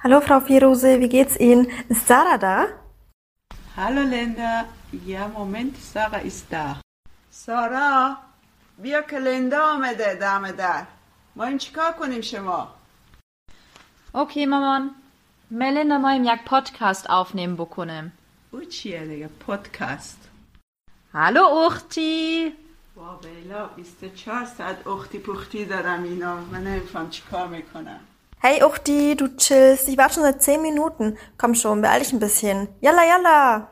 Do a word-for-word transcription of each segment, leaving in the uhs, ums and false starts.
Hallo Frau Firose, wie geht's Ihnen? Ist Sarah da? Hallo Linda, ja Moment, Sarah ist da. سارا بیا که لندا آمده دم در. ما این چیکار کنیم شما؟ Okay, مامان. Melinda moim jak podcast aufnehmen بکنم. او چیه دیگه پادکست؟ Hallo Uchti. وا بیلا بیست و چهار ساعت اختی پختی دارم اینا. من نمیفهم چیکار میکنم. Hey Uchti, du chillst. Ich warte schon seit zehn Minuten. Komm schon, beeil dich ein bisschen. Yalla, yalla!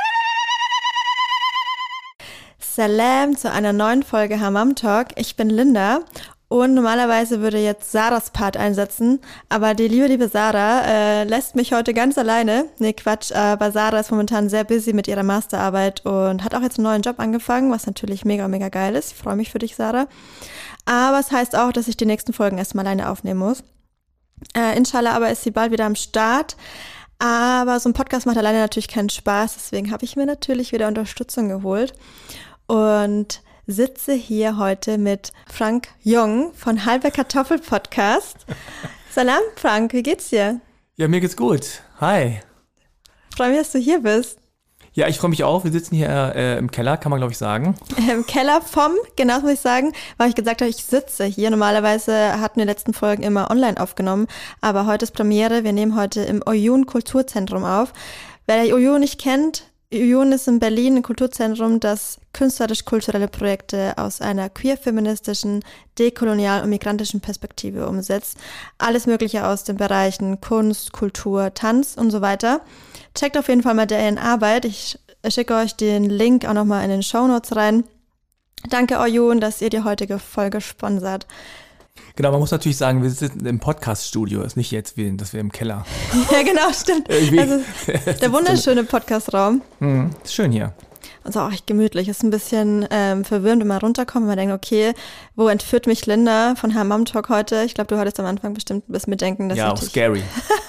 Salam zu einer neuen Folge Hammam Talk. Ich bin Linda und normalerweise würde jetzt Sarahs Part einsetzen, aber die liebe, liebe Sarah äh, lässt mich heute ganz alleine. Nee, Quatsch, aber Sarah ist momentan sehr busy mit ihrer Masterarbeit und hat auch jetzt einen neuen Job angefangen, was natürlich mega, mega geil ist. Ich freue mich für dich, Sarah. Aber es heißt auch, dass ich die nächsten Folgen erstmal alleine aufnehmen muss. Äh, inshallah aber ist sie bald wieder am Start. Aber so ein Podcast macht alleine natürlich keinen Spaß, deswegen habe ich mir natürlich wieder Unterstützung geholt. Und sitze hier heute mit Frank Jung von Halbe Kartoffel Podcast. Salam, Frank, wie geht's dir? Ja, mir geht's gut. Hi. Freue mich, dass du hier bist. Ja, ich freue mich auch. Wir sitzen hier äh, im Keller, kann man glaube ich sagen. Im Keller vom, genau das muss ich sagen, weil ich gesagt habe, ich sitze hier. Normalerweise hatten wir die letzten Folgen immer online aufgenommen, aber heute ist Premiere. Wir nehmen heute im Oyun Kulturzentrum auf. Wer der Oyun nicht kennt, Oyun ist in Berlin ein Kulturzentrum, das künstlerisch-kulturelle Projekte aus einer queer-feministischen, dekolonial- und migrantischen Perspektive umsetzt. Alles Mögliche aus den Bereichen Kunst, Kultur, Tanz und so weiter. Checkt auf jeden Fall mal deren Arbeit. Ich schicke euch den Link auch nochmal in den Shownotes rein. Danke Oyun, dass ihr die heutige Folge sponsert. Genau, man muss natürlich sagen, wir sitzen im Podcast-Studio, ist nicht jetzt, wie, dass wir im Keller. Ja, genau, stimmt. Also, der wunderschöne Podcastraum. Hm, ist schön hier. Und so auch echt gemütlich. Ist ein bisschen ähm, verwirrend, wenn man runterkommt und man denkt, okay, wo entführt mich Linda von Hammam Talk heute? Ich glaube, du hattest am Anfang bestimmt ein bisschen mitdenken. Dass ja, auch scary.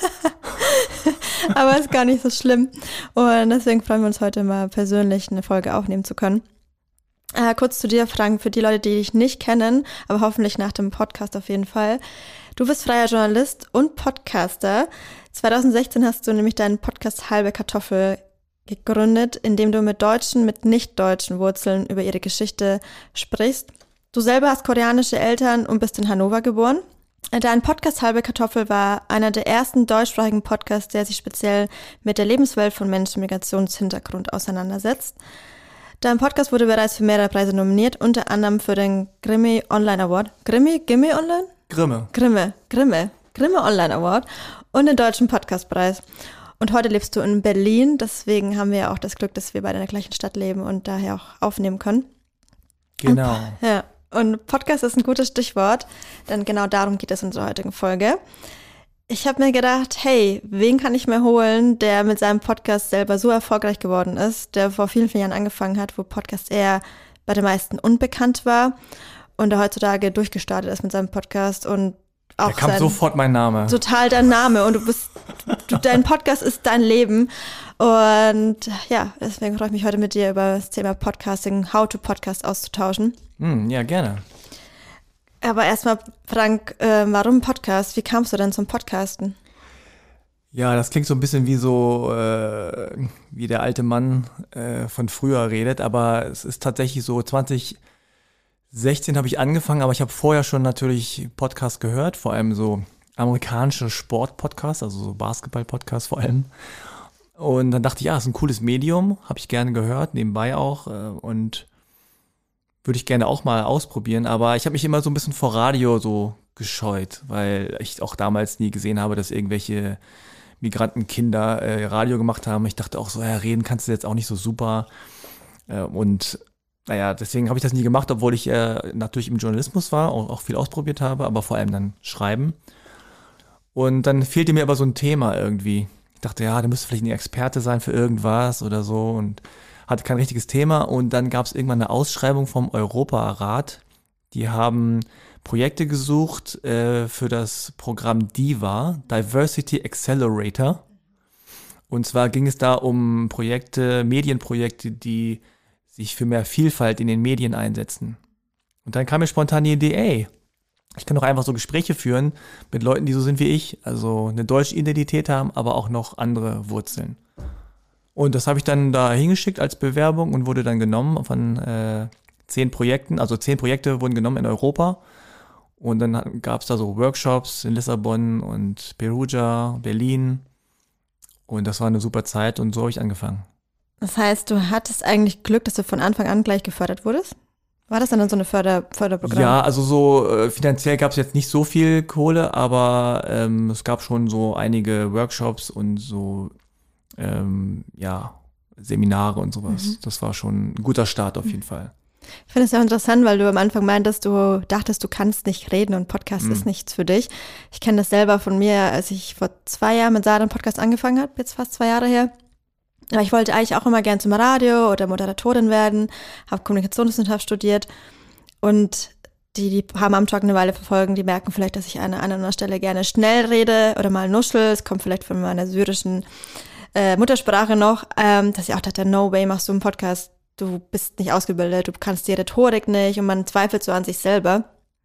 Aber ist gar nicht so schlimm. Und deswegen freuen wir uns heute mal persönlich eine Folge aufnehmen zu können. Äh, kurz zu dir, Frank, für die Leute, die dich nicht kennen, aber hoffentlich nach dem Podcast auf jeden Fall. Du bist freier Journalist und Podcaster. zwanzig sechzehn hast du nämlich deinen Podcast Halbe Kartoffel gegründet, in dem du mit Deutschen, mit nicht-deutschen Wurzeln über ihre Geschichte sprichst. Du selber hast koreanische Eltern und bist in Hannover geboren. Dein Podcast Halbe Kartoffel war einer der ersten deutschsprachigen Podcasts, der sich speziell mit der Lebenswelt von Menschen mit Migrationshintergrund auseinandersetzt. Dein Podcast wurde bereits für mehrere Preise nominiert, unter anderem für den Grimme Online Award. Grimme? Gimme Online? Grimme. Grimme. Grimme. Grimme Online Award und den Deutschen Podcastpreis. Und heute lebst du in Berlin, deswegen haben wir ja auch das Glück, dass wir beide in der gleichen Stadt leben und daher auch aufnehmen können. Genau. Und, ja, und Podcast ist ein gutes Stichwort, denn genau darum geht es in unserer heutigen Folge. Ich habe mir gedacht, hey, wen kann ich mir holen, der mit seinem Podcast selber so erfolgreich geworden ist, der vor vielen, vielen Jahren angefangen hat, wo Podcast eher bei den meisten unbekannt war und der heutzutage durchgestartet ist mit seinem Podcast und auch da kam sein, sofort mein Name. Total dein Name und du bist, du, dein Podcast ist dein Leben und ja, deswegen freue ich mich heute mit dir über das Thema Podcasting, How to Podcast auszutauschen. Hm, ja, gerne. Aber erstmal, Frank, äh, warum Podcast? Wie kamst du denn zum Podcasten? Ja, das klingt so ein bisschen wie so, äh, wie der alte Mann äh, von früher redet, aber es ist tatsächlich so, zwanzig sechzehn habe ich angefangen, aber ich habe vorher schon natürlich Podcasts gehört, vor allem so amerikanische Sport-Podcasts, also so Basketball-Podcasts vor allem. Und dann dachte ich, ja, ist ein cooles Medium, habe ich gerne gehört, nebenbei auch äh, und würde ich gerne auch mal ausprobieren, aber ich habe mich immer so ein bisschen vor Radio so gescheut, weil ich auch damals nie gesehen habe, dass irgendwelche Migrantenkinder äh, Radio gemacht haben. Ich dachte auch so, ja, reden kannst du jetzt auch nicht so super. Äh, und naja, deswegen habe ich das nie gemacht, obwohl ich äh, natürlich im Journalismus war, auch, auch viel ausprobiert habe, aber vor allem dann Schreiben. Und dann fehlte mir aber so ein Thema irgendwie. Ich dachte, ja, da müsste vielleicht ein Experte sein für irgendwas oder so und hatte kein richtiges Thema. Und dann gab es irgendwann eine Ausschreibung vom Europarat. Die haben Projekte gesucht äh, für das Programm DIVA, Diversity Accelerator. Und zwar ging es da um Projekte, Medienprojekte, die sich für mehr Vielfalt in den Medien einsetzen. Und dann kam mir spontan die Idee, ey, Ich kann auch einfach so Gespräche führen mit Leuten, die so sind wie ich, also eine deutsche Identität haben, aber auch noch andere Wurzeln. Und das habe ich dann da hingeschickt als Bewerbung und wurde dann genommen von äh, zehn Projekten. Also zehn Projekte wurden genommen in Europa. Und dann gab es da so Workshops in Lissabon und Perugia, Berlin. Und das war eine super Zeit und so habe ich angefangen. Das heißt, du hattest eigentlich Glück, dass du von Anfang an gleich gefördert wurdest? War das dann so eine Förder Förderprogramm? Ja, also so äh, finanziell gab es jetzt nicht so viel Kohle, aber ähm, es gab schon so einige Workshops und so ähm, ja Seminare und sowas. Mhm. Das war schon ein guter Start auf jeden mhm. Fall. Ich finde es ja interessant, weil du am Anfang meintest, du dachtest, du kannst nicht reden und Podcast mhm. ist nichts für dich. Ich kenne das selber von mir, als ich vor zwei Jahren mit Sarah einen Podcast angefangen habe, jetzt fast zwei Jahre her. Aber ich wollte eigentlich auch immer gern zum Radio oder Moderatorin werden, habe Kommunikationswissenschaft studiert und die, die Hammer am Talk eine Weile verfolgen, die merken vielleicht, dass ich an einer anderen Stelle gerne schnell rede oder mal nuschel. Es kommt vielleicht von meiner syrischen äh, Muttersprache noch, ähm, dass ich auch dachte, no way, machst du einen Podcast, du bist nicht ausgebildet, du kannst die Rhetorik nicht und man zweifelt so an sich selber.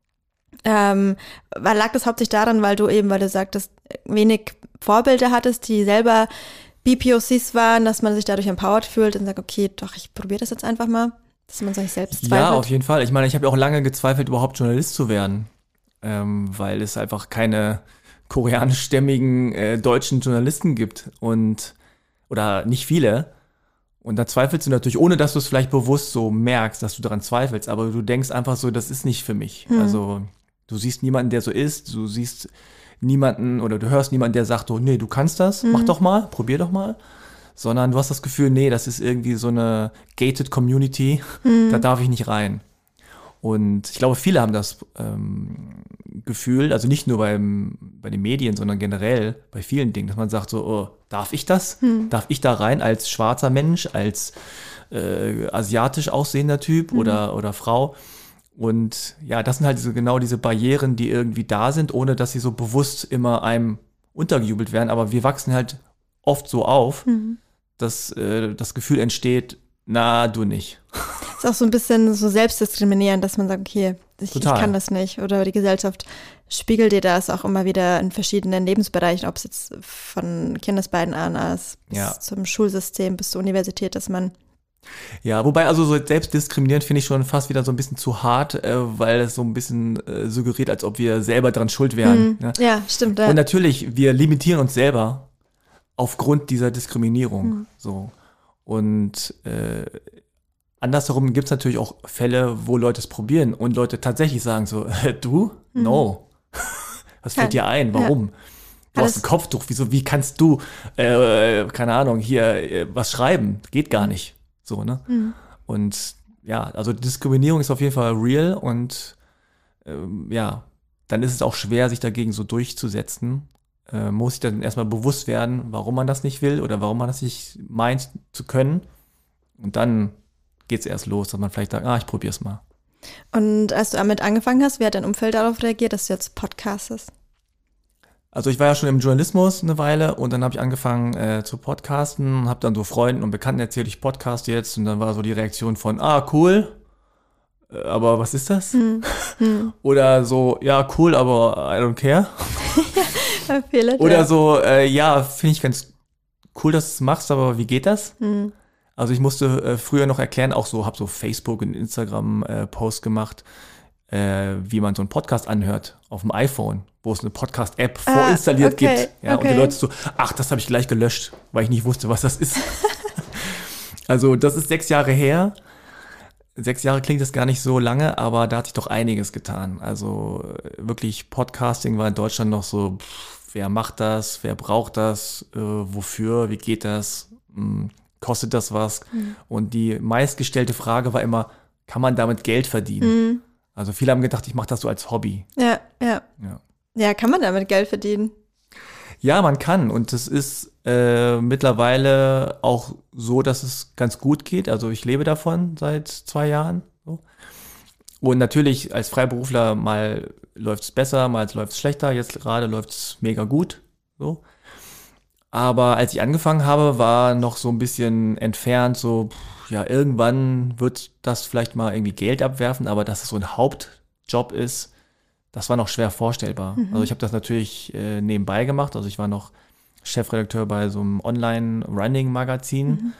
Ähm, weil lag das hauptsächlich daran, weil du eben, weil du sagtest, wenig Vorbilder hattest, die selber B P O Cs waren, dass man sich dadurch empowered fühlt und sagt, okay, doch, ich probiere das jetzt einfach mal, dass man sich selbst zweifelt. Ja, auf jeden Fall. Ich meine, ich habe ja auch lange gezweifelt, überhaupt Journalist zu werden, ähm, weil es einfach keine koreanischstämmigen äh, deutschen Journalisten gibt und oder nicht viele. Und da zweifelst du natürlich, ohne dass du es vielleicht bewusst so merkst, dass du daran zweifelst, aber du denkst einfach so, das ist nicht für mich. Hm. Also du siehst niemanden, der so ist, du siehst niemanden oder du hörst niemanden, der sagt, oh, nee, du kannst das, mhm. mach doch mal, probier doch mal. Sondern du hast das Gefühl, nee, das ist irgendwie so eine gated Community, mhm. da darf ich nicht rein. Und ich glaube, viele haben das ähm, Gefühl, also nicht nur beim, bei den Medien, sondern generell bei vielen Dingen, dass man sagt so, oh, darf ich das? Mhm. Darf ich da rein als schwarzer Mensch, als äh, asiatisch aussehender Typ mhm. oder, oder Frau? Und ja, das sind halt so genau diese Barrieren, die irgendwie da sind, ohne dass sie so bewusst immer einem untergejubelt werden. Aber wir wachsen halt oft so auf, mhm. dass äh, das Gefühl entsteht, na, du nicht. Ist auch so ein bisschen so selbstdiskriminierend, dass man sagt, okay, ich, ich kann das nicht. Oder die Gesellschaft spiegelt dir das auch immer wieder in verschiedenen Lebensbereichen, ob es jetzt von Kindesbeinen an ist, bis ja. zum Schulsystem, bis zur Universität, dass man Ja, wobei also so selbstdiskriminierend finde ich schon fast wieder so ein bisschen zu hart, äh, weil es so ein bisschen äh, suggeriert, als ob wir selber dran schuld wären. Mhm. Ja? ja, stimmt. Ja. Und natürlich, wir limitieren uns selber aufgrund dieser Diskriminierung. Mhm. So. Und äh, andersherum gibt es natürlich auch Fälle, wo Leute es probieren und Leute tatsächlich sagen so, äh, du? Mhm. No. Was fällt ja. dir ein? Warum? Ja. Du Alles. hast ein Kopftuch, wieso, wie kannst du, äh, keine Ahnung, hier äh, was schreiben? Geht gar nicht. So, ne? Mhm. Und ja, also Diskriminierung ist auf jeden Fall real und ähm, ja, dann ist es auch schwer, sich dagegen so durchzusetzen. Äh, muss sich dann erstmal bewusst werden, warum man das nicht will oder warum man das nicht meint zu können. Und dann geht es erst los, dass man vielleicht sagt, ah, ich probier's mal. Und als du damit angefangen hast, wie hat dein Umfeld darauf reagiert, dass du jetzt podcastest? Also ich war ja schon im Journalismus eine Weile und dann habe ich angefangen äh, zu podcasten, habe dann so Freunden und Bekannten erzählt, ich podcast jetzt und dann war so die Reaktion von, ah, cool, äh, aber was ist das? Hm. Hm. Oder so, ja, cool, aber I don't care. Ja, viele, Oder ja. so, äh, ja, finde ich ganz cool, dass du es machst, aber wie geht das? Hm. Also ich musste äh, früher noch erklären, auch so, habe so Facebook und Instagram äh, Posts gemacht, äh, wie man so einen Podcast anhört auf dem iPhone, wo es eine Podcast-App ah, vorinstalliert okay, gibt. Ja, okay. Und die Leute so, ach, das habe ich gleich gelöscht, weil ich nicht wusste, was das ist. Also das ist sechs Jahre her. Sechs Jahre klingt das gar nicht so lange, aber da hat sich doch einiges getan. Also wirklich Podcasting war in Deutschland noch so, pff, wer macht das, wer braucht das, äh, wofür, wie geht das, hm, kostet das was? Mhm. Und die meistgestellte Frage war immer, kann man damit Geld verdienen? Mhm. Also viele haben gedacht, ich mache das so als Hobby. Ja, ja, ja. Ja, kann man damit Geld verdienen? Ja, man kann. Und es ist äh, mittlerweile auch so, dass es ganz gut geht. Also ich lebe davon seit zwei Jahren. So. Und natürlich als Freiberufler mal läuft es besser, mal läuft es schlechter. Jetzt gerade läuft es mega gut. So. Aber als ich angefangen habe, war noch so ein bisschen entfernt, so, pff, ja, irgendwann wird das vielleicht mal irgendwie Geld abwerfen, aber dass es so ein Hauptjob ist, das war noch schwer vorstellbar. Mhm. Also ich habe das natürlich äh, nebenbei gemacht. Also ich war noch Chefredakteur bei so einem Online-Running-Magazin Mhm.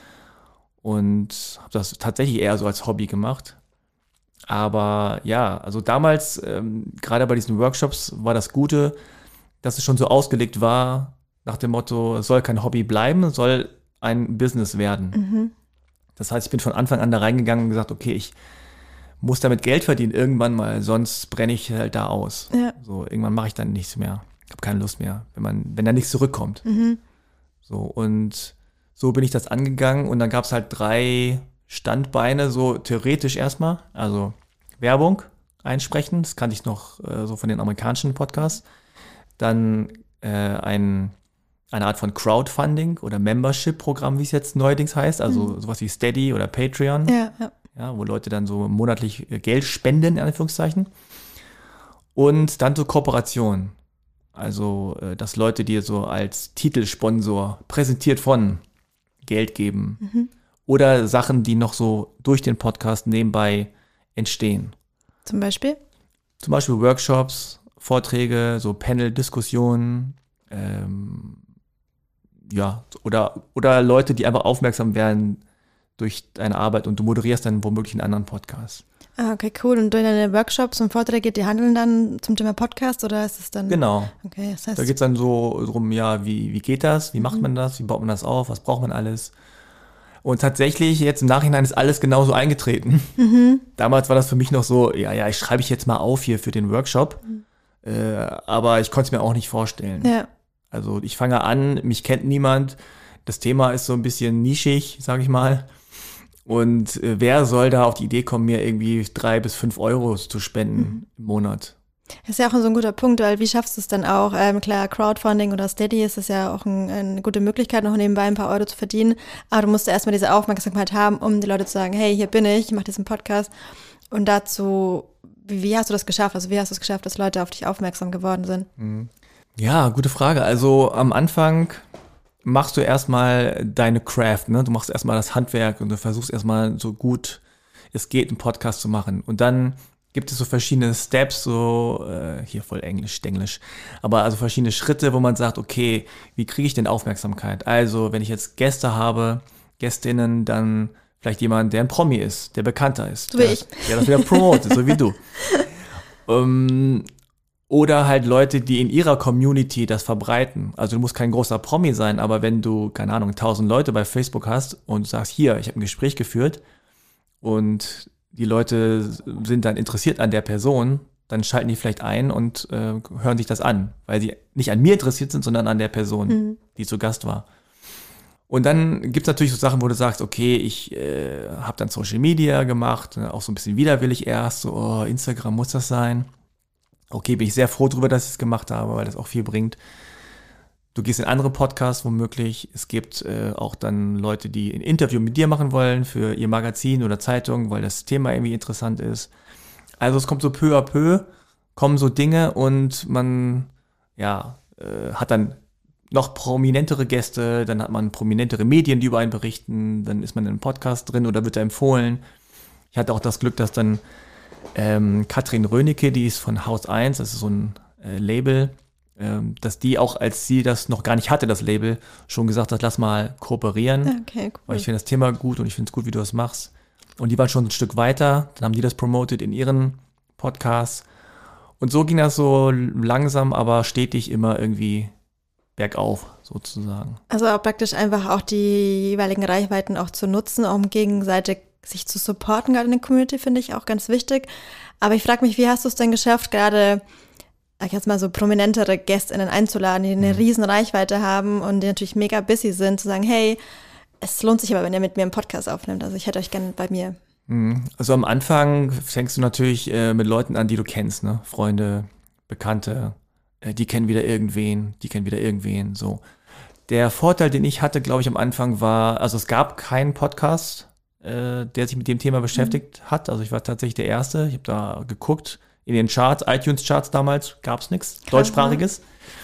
und habe das tatsächlich eher so als Hobby gemacht. Aber ja, also damals, ähm, gerade bei diesen Workshops, war das Gute, dass es schon so ausgelegt war, nach dem Motto, es soll kein Hobby bleiben, es soll ein Business werden. Mhm. Das heißt, ich bin von Anfang an da reingegangen und gesagt, okay, ich muss damit Geld verdienen irgendwann mal, sonst brenne ich halt da aus. Ja. So, irgendwann mache ich dann nichts mehr. Ich habe keine Lust mehr, wenn man, wenn da nichts zurückkommt. Mhm. So, und so bin ich das angegangen und dann gab es halt drei Standbeine, so theoretisch erstmal. Also Werbung einsprechen, das kannte ich noch äh, so von den amerikanischen Podcasts. Dann äh, ein, eine Art von Crowdfunding oder Membership-Programm, wie es jetzt neuerdings heißt, also Mhm. sowas wie Steady oder Patreon. Ja, ja. Ja, wo Leute dann so monatlich äh, Geld spenden, in Anführungszeichen. Und dann so Kooperation. Also, äh, dass Leute dir so als Titelsponsor präsentiert von Geld geben. Mhm. Oder Sachen, die noch so durch den Podcast nebenbei entstehen. Zum Beispiel? Zum Beispiel Workshops, Vorträge, so Panel-Diskussionen, ähm, ja, oder, oder Leute, die einfach aufmerksam werden durch deine Arbeit und du moderierst dann womöglich einen anderen Podcast. Ah, okay, cool. Und deine Workshops und Vorträge, die handeln dann zum Thema Podcast oder ist es dann? Genau. Okay, das heißt, Da geht es dann so drum, ja, wie, wie geht das? Wie macht Mhm. man das? Wie baut man das auf? Was braucht man alles? Und tatsächlich, jetzt im Nachhinein ist alles genauso eingetreten. mhm. Damals war das für mich noch so, ja, ja, ich schreibe ich jetzt mal auf hier für den Workshop. Äh, aber ich konnte es mir auch nicht vorstellen. Ja. Also ich fange an, mich kennt niemand. Das Thema ist so ein bisschen nischig, sage ich mal. Und äh, wer soll da auf die Idee kommen, mir irgendwie drei bis fünf Euro zu spenden Mhm. im Monat? Das ist ja auch so ein guter Punkt, weil wie schaffst du es dann auch? Ähm, klar, Crowdfunding oder Steady ist es ja auch ein, eine gute Möglichkeit, noch nebenbei ein paar Euro zu verdienen. Aber du musst ja erstmal diese Aufmerksamkeit haben, um die Leute zu sagen, hey, hier bin ich, ich mache diesen Podcast. Und dazu, wie, wie hast du das geschafft? Also wie hast du es geschafft, dass Leute auf dich aufmerksam geworden sind? Ja, gute Frage. Also am Anfang machst du erstmal deine Craft, ne? Du machst erstmal das Handwerk und du versuchst erstmal so gut es geht, einen Podcast zu machen. Und dann gibt es so verschiedene Steps, so, äh, hier voll Englisch, Denglisch, aber also verschiedene Schritte, wo man sagt, okay, wie kriege ich denn Aufmerksamkeit? Also, wenn ich jetzt Gäste habe, Gästinnen, dann vielleicht jemand, der ein Promi ist, der bekannter ist. So wie der, ich. Der das wieder promotet, so wie du. Ähm, oder halt Leute, die in ihrer Community das verbreiten. Also du musst kein großer Promi sein, aber wenn du, keine Ahnung, tausend Leute bei Facebook hast und sagst, hier, ich habe ein Gespräch geführt und die Leute sind dann interessiert an der Person, dann schalten die vielleicht ein und äh, hören sich das an, weil sie nicht an mir interessiert sind, sondern an der Person, Mhm. die zu Gast war. Und dann gibt es natürlich so Sachen, wo du sagst, okay, ich äh, habe dann Social Media gemacht, auch so ein bisschen widerwillig erst, so, oh, Instagram muss das sein. Okay, bin ich sehr froh drüber, dass ich es gemacht habe, weil das auch viel bringt. Du gehst in andere Podcasts womöglich. Es gibt äh, auch dann Leute, die ein Interview mit dir machen wollen für ihr Magazin oder Zeitung, weil das Thema irgendwie interessant ist. Also es kommt so peu à peu, kommen so Dinge und man ja äh, hat dann noch prominentere Gäste, dann hat man prominentere Medien, die über einen berichten, dann ist man in einem Podcast drin oder wird da empfohlen. Ich hatte auch das Glück, dass dann ähm, Katrin Rönecke, die ist von Haus eins, das ist so ein äh, Label, ähm, dass die auch, als sie das noch gar nicht hatte, das Label, schon gesagt hat, lass mal kooperieren, Ja, okay, weil cool. ich finde das Thema gut und ich finde es gut, wie du das machst. Und die waren schon ein Stück weiter, dann haben die das promoted in ihren Podcasts. Und so ging das so langsam, aber stetig immer irgendwie bergauf, sozusagen. Also auch praktisch einfach auch die jeweiligen Reichweiten auch zu nutzen, um gegenseitig sich zu supporten, gerade in der Community, finde ich auch ganz wichtig. Aber ich frage mich, wie hast du es denn geschafft, gerade, sag ich jetzt mal so prominentere GästInnen einzuladen, die eine riesen Reichweite haben und die natürlich mega busy sind, zu sagen, hey, es lohnt sich aber, wenn ihr mit mir einen Podcast aufnimmt. Also ich hätte euch gerne bei mir. Mhm. Also am Anfang fängst du natürlich äh, mit Leuten an, die du kennst, ne? Freunde, Bekannte, äh, die kennen wieder irgendwen, die kennen wieder irgendwen, so. Der Vorteil, den ich hatte, glaube ich, am Anfang war, also es gab keinen Podcast, äh, der sich mit dem Thema beschäftigt mhm. hat. Also ich war tatsächlich der Erste. Ich habe da geguckt, in den Charts, iTunes-Charts damals, gab es nichts, deutschsprachiges.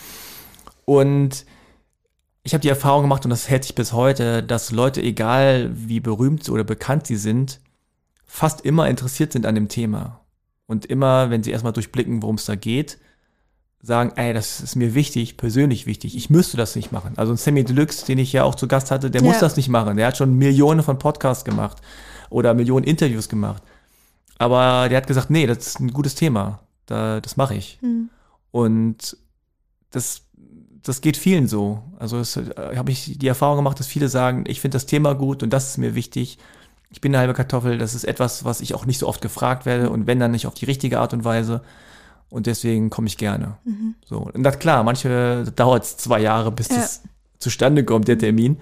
Und ich habe die Erfahrung gemacht, und das hält sich bis heute, dass Leute, egal wie berühmt oder bekannt sie sind, fast immer interessiert sind an dem Thema. und immer, wenn sie erstmal durchblicken, worum es da geht, sagen, ey, das ist mir wichtig, persönlich wichtig, ich müsste das nicht machen. Also ein Sammy Deluxe, den ich ja auch zu Gast hatte, der Ja. muss das nicht machen. Der hat schon Millionen von Podcasts gemacht oder Millionen Interviews gemacht. Aber der hat gesagt, nee, das ist ein gutes Thema, da, das mache ich. Mhm. Und das, das geht vielen so. Also das äh, habe ich die Erfahrung gemacht, dass viele sagen, ich finde das Thema gut und das ist mir wichtig. Ich bin eine halbe Kartoffel, das ist etwas, was ich auch nicht so oft gefragt werde und wenn dann nicht auf die richtige Art und Weise. Und deswegen komme ich gerne. Mhm. So. Und das klar, manche dauert es zwei Jahre, bis Ja. das zustande kommt, der Termin.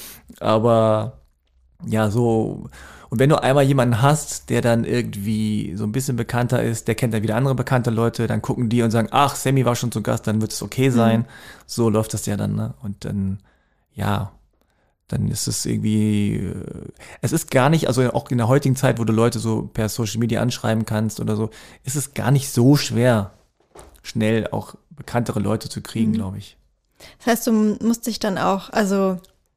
Aber ja, so. Und wenn du einmal jemanden hast, der dann irgendwie so ein bisschen bekannter ist, der kennt dann wieder andere bekannte Leute, dann gucken die und sagen, ach, Sammy war schon zu Gast, dann wird es okay sein. Mhm. So läuft das ja dann, ne? Und dann, ja, dann ist es irgendwie, äh, es ist gar nicht, also auch in der heutigen Zeit, wo du Leute so per Social Media anschreiben kannst oder so, ist es gar nicht so schwer, schnell auch bekanntere Leute zu kriegen, Mhm. glaube ich. Das heißt, du musst dich dann auch, also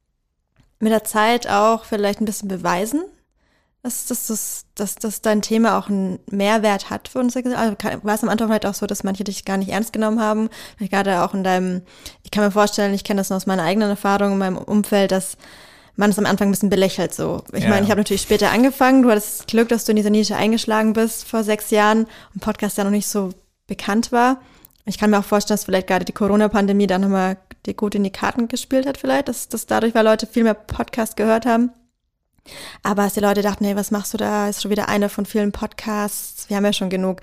mit der Zeit auch vielleicht ein bisschen beweisen, dass, dass, dass, dass, dass dein Thema auch einen Mehrwert hat für unsere Gesellschaft. Also war es am Anfang vielleicht auch so, dass manche dich gar nicht ernst genommen haben? Vielleicht gerade auch in deinem, ich kann mir vorstellen, ich kenne das nur aus meiner eigenen Erfahrung in meinem Umfeld, dass man es am Anfang ein bisschen belächelt so. Ich Ja. meine, ich habe natürlich später angefangen, du hattest das Glück, dass du in dieser Nische eingeschlagen bist vor sechs Jahren und Podcast ja noch nicht so bekannt war. Ich kann mir auch vorstellen, dass vielleicht gerade die Corona-Pandemie dann nochmal dir gut in die Karten gespielt hat vielleicht, dass das dadurch, weil Leute viel mehr Podcast gehört haben. Aber dass die Leute dachten, hey, was machst du da? Ist schon wieder einer von vielen Podcasts. Wir haben ja schon genug.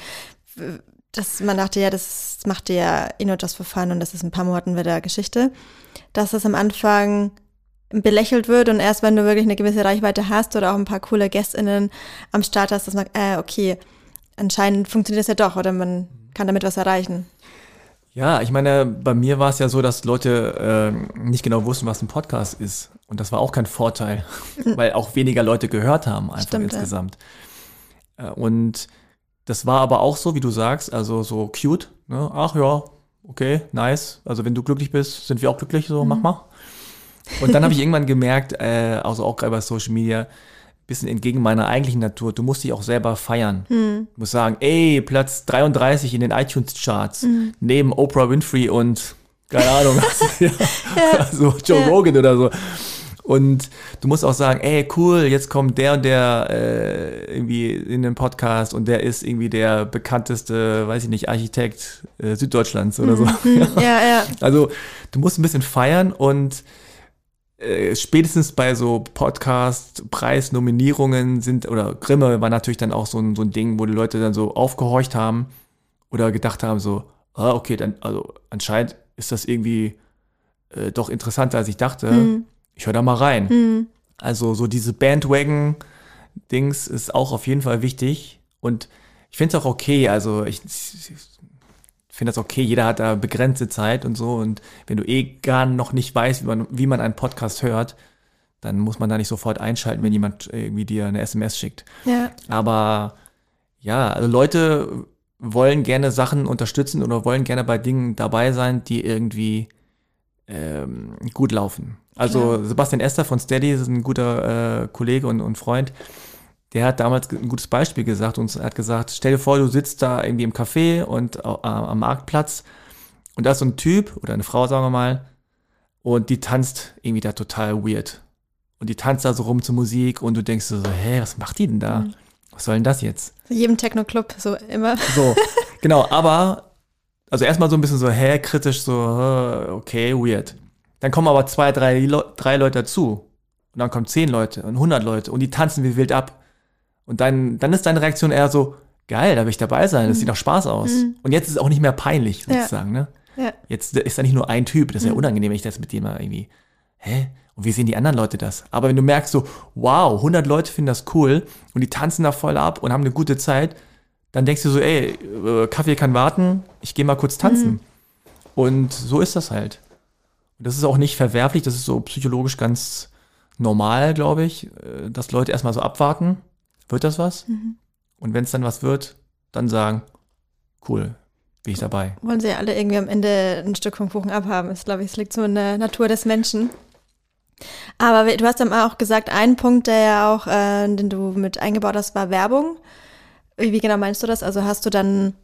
Dass man dachte, ja, das macht dir ja eh nur just for fun und das ist in ein paar Monaten wieder Geschichte. Dass das am Anfang belächelt wird und erst wenn du wirklich eine gewisse Reichweite hast oder auch ein paar coole GästInnen am Start hast, dass man, äh, okay, anscheinend funktioniert das ja doch oder man kann damit was erreichen. Ja, ich meine, bei mir war es ja so, dass Leute äh, nicht genau wussten, was ein Podcast ist. Und das war auch kein Vorteil, weil auch weniger Leute gehört haben, einfach Stimmt, insgesamt. Ja. Und das war aber auch so, wie du sagst, also so cute. Ne? Ach ja, okay, nice. Also wenn du glücklich bist, sind wir auch glücklich, so Mhm. mach mal. Und dann habe ich irgendwann gemerkt, äh, also auch gerade bei Social Media, bisschen entgegen meiner eigentlichen Natur, du musst dich auch selber feiern. Mhm. Du musst sagen, ey, Platz dreiunddreißig in den iTunes-Charts, Mhm. neben Oprah Winfrey und, keine Ahnung, ja, Ja. also Joe Ja. Rogan oder so. Und du musst auch sagen, ey, cool, jetzt kommt der und der äh, irgendwie in den Podcast und der ist irgendwie der bekannteste, weiß ich nicht, Architekt äh, Süddeutschlands oder so. Mhm. Ja, ja. Also du musst ein bisschen feiern und äh, spätestens bei so Podcast-Preisnominierungen sind, oder Grimme war natürlich dann auch so ein, so ein Ding, wo die Leute dann so aufgehorcht haben oder gedacht haben so, ah, okay, dann, also anscheinend ist das irgendwie äh, doch interessanter, als ich dachte. Mhm. Ich höre da mal rein. Mhm. Also so diese Bandwagon-Dings ist auch auf jeden Fall wichtig und ich finde es auch okay, also ich, ich finde das okay, jeder hat da begrenzte Zeit und so und wenn du eh gar noch nicht weißt, wie man, wie man einen Podcast hört, dann muss man da nicht sofort einschalten, wenn jemand irgendwie dir eine S M S schickt. Ja. Aber ja, also Leute wollen gerne Sachen unterstützen oder wollen gerne bei Dingen dabei sein, die irgendwie ähm, gut laufen. Also Klar. Sebastian Ester von Steady ist ein guter äh, Kollege und, und Freund. Der hat damals ein gutes Beispiel gesagt und er hat gesagt, stell dir vor, du sitzt da irgendwie im Café und äh, am Marktplatz und da ist so ein Typ oder eine Frau, sagen wir mal, und die tanzt irgendwie da total weird. Und die tanzt da so rum zur Musik und du denkst so, hä, was macht die denn da? Mhm. Was soll denn das jetzt? In jedem Techno-Club, so immer. So, genau, aber, also erstmal so ein bisschen so, hä, kritisch, so, äh, okay, weird. Dann kommen aber zwei, drei, Le- drei Leute dazu. Und dann kommen zehn Leute und hundert Leute und die tanzen wie wild ab. Und dann, dann ist deine Reaktion eher so, geil, da will ich dabei sein, das sieht doch Spaß aus. Mhm. Und jetzt ist es auch nicht mehr peinlich, Ja. sozusagen, ne? Ja. Jetzt ist da nicht nur ein Typ, das ist ja Mhm. unangenehm, wenn ich das mit dem mal irgendwie, hä? Und wie sehen die anderen Leute das? Aber wenn du merkst so, wow, hundert Leute finden das cool und die tanzen da voll ab und haben eine gute Zeit, dann denkst du so, ey, äh, Kaffee kann warten, ich gehe mal kurz tanzen. Mhm. Und so ist das halt. Und das ist auch nicht verwerflich, das ist so psychologisch ganz normal, glaube ich, äh, dass Leute erstmal so abwarten, wird das was? Mhm. Und wenn es dann was wird, dann sagen, cool, bin ich dabei. Wollen sie ja alle irgendwie am Ende ein Stück vom Kuchen abhaben. Das glaube ich, es liegt so in der Natur des Menschen. Aber du hast dann auch gesagt, ein Punkt, der ja auch, äh, den du mit eingebaut hast, war Werbung. Wie genau meinst du das? Also hast du dann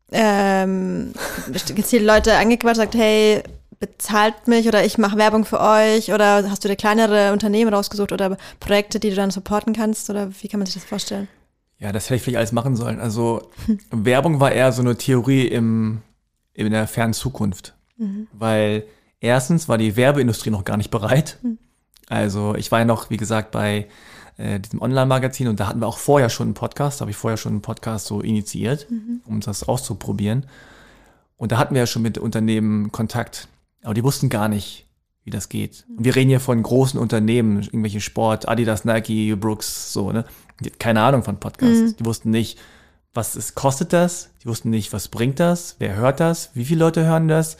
ähm, gezielt Leute angequatscht, sagt, hey, bezahlt mich oder ich mache Werbung für euch, oder hast du dir kleinere Unternehmen rausgesucht oder Projekte, die du dann supporten kannst, oder wie kann man sich das vorstellen? Ja, das hätte ich vielleicht alles machen sollen. Also Werbung war eher so eine Theorie im, in der fernen Zukunft, mhm. weil erstens war die Werbeindustrie noch gar nicht bereit. Mhm. Also ich war ja noch, wie gesagt, bei äh, diesem Online-Magazin und da hatten wir auch vorher schon einen Podcast, da habe ich vorher schon einen Podcast so initiiert, mhm. um das auszuprobieren. Und da hatten wir ja schon mit Unternehmen Kontakt, aber die wussten gar nicht, wie das geht. Und wir reden hier von großen Unternehmen, irgendwelche Sport, Adidas, Nike, Brooks, so, ne? Die hatten keine Ahnung von Podcasts. Mhm. Die wussten nicht, was es kostet das, die wussten nicht, was bringt das, wer hört das, wie viele Leute hören das,